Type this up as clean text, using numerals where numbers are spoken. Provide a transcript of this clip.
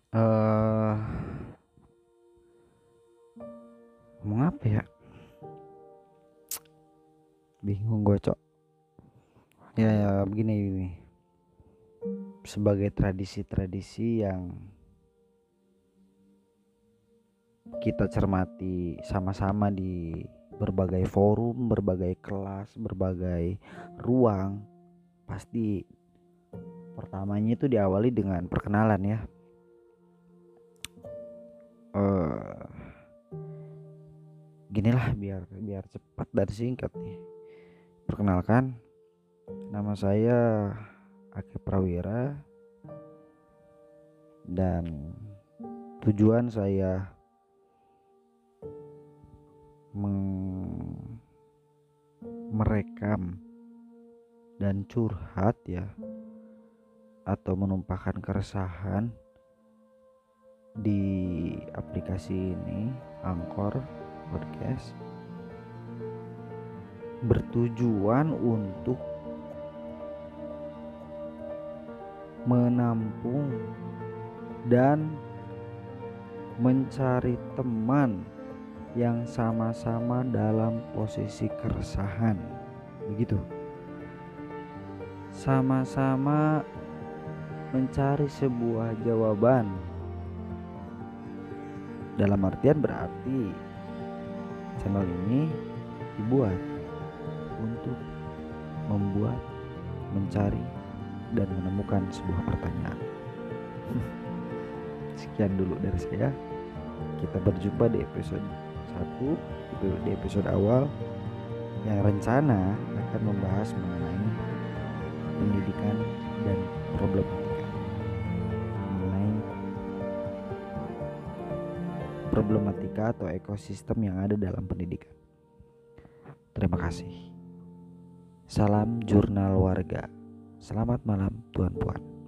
eh Ngomong apa ya? Bingung gue, Cok. Ya, begini. Sebagai tradisi-tradisi yang kita cermati sama-sama di berbagai forum, berbagai kelas, berbagai ruang, pasti pertamanya itu diawali dengan perkenalan ya. Eh Ginilah biar cepat dan singkat nih. Perkenalkan, nama saya Ake Prawira dan tujuan saya merekam dan curhat ya, atau menumpahkan keresahan di aplikasi ini, Anchor Podcast, bertujuan untuk menampung dan mencari teman yang sama-sama dalam posisi keresahan, begitu. Sama-sama mencari sebuah jawaban. Dalam artian berarti channel ini dibuat untuk mencari dan menemukan sebuah pertanyaan. Sekian dulu dari saya. Kita berjumpa di episode 1, di episode awal yang rencana akan membahas mengenai pendidikan dan problematika atau ekosistem yang ada dalam pendidikan. Terima kasih. Salam jurnal warga. Selamat malam tuan-tuan.